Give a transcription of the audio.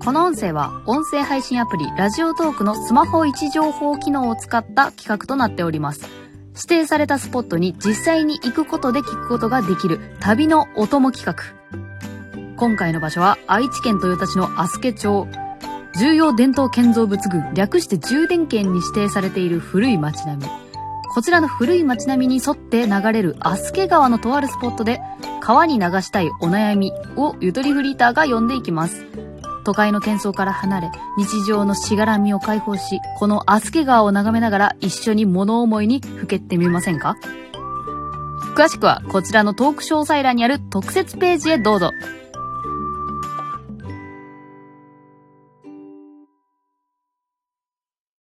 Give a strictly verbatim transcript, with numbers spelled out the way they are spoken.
この音声は音声配信アプリラジオトークのスマホ位置情報機能を使った企画となっております。指定されたスポットに実際に行くことで聞くことができる旅のお供企画。今回の場所は愛知県豊田市の足助町。重要伝統建造物群、略して重伝県に指定されている古い町並み。こちらの古い町並みに沿って流れる足助川のとあるスポットで、川に流したいお悩みをゆとりフリーターが読んでいきます。都会の喧騒から離れ、日常のしがらみを解放し、この足助川を眺めながら一緒に物思いにふけってみませんか？詳しくはこちらのトーク詳細欄にある特設ページへどうぞ。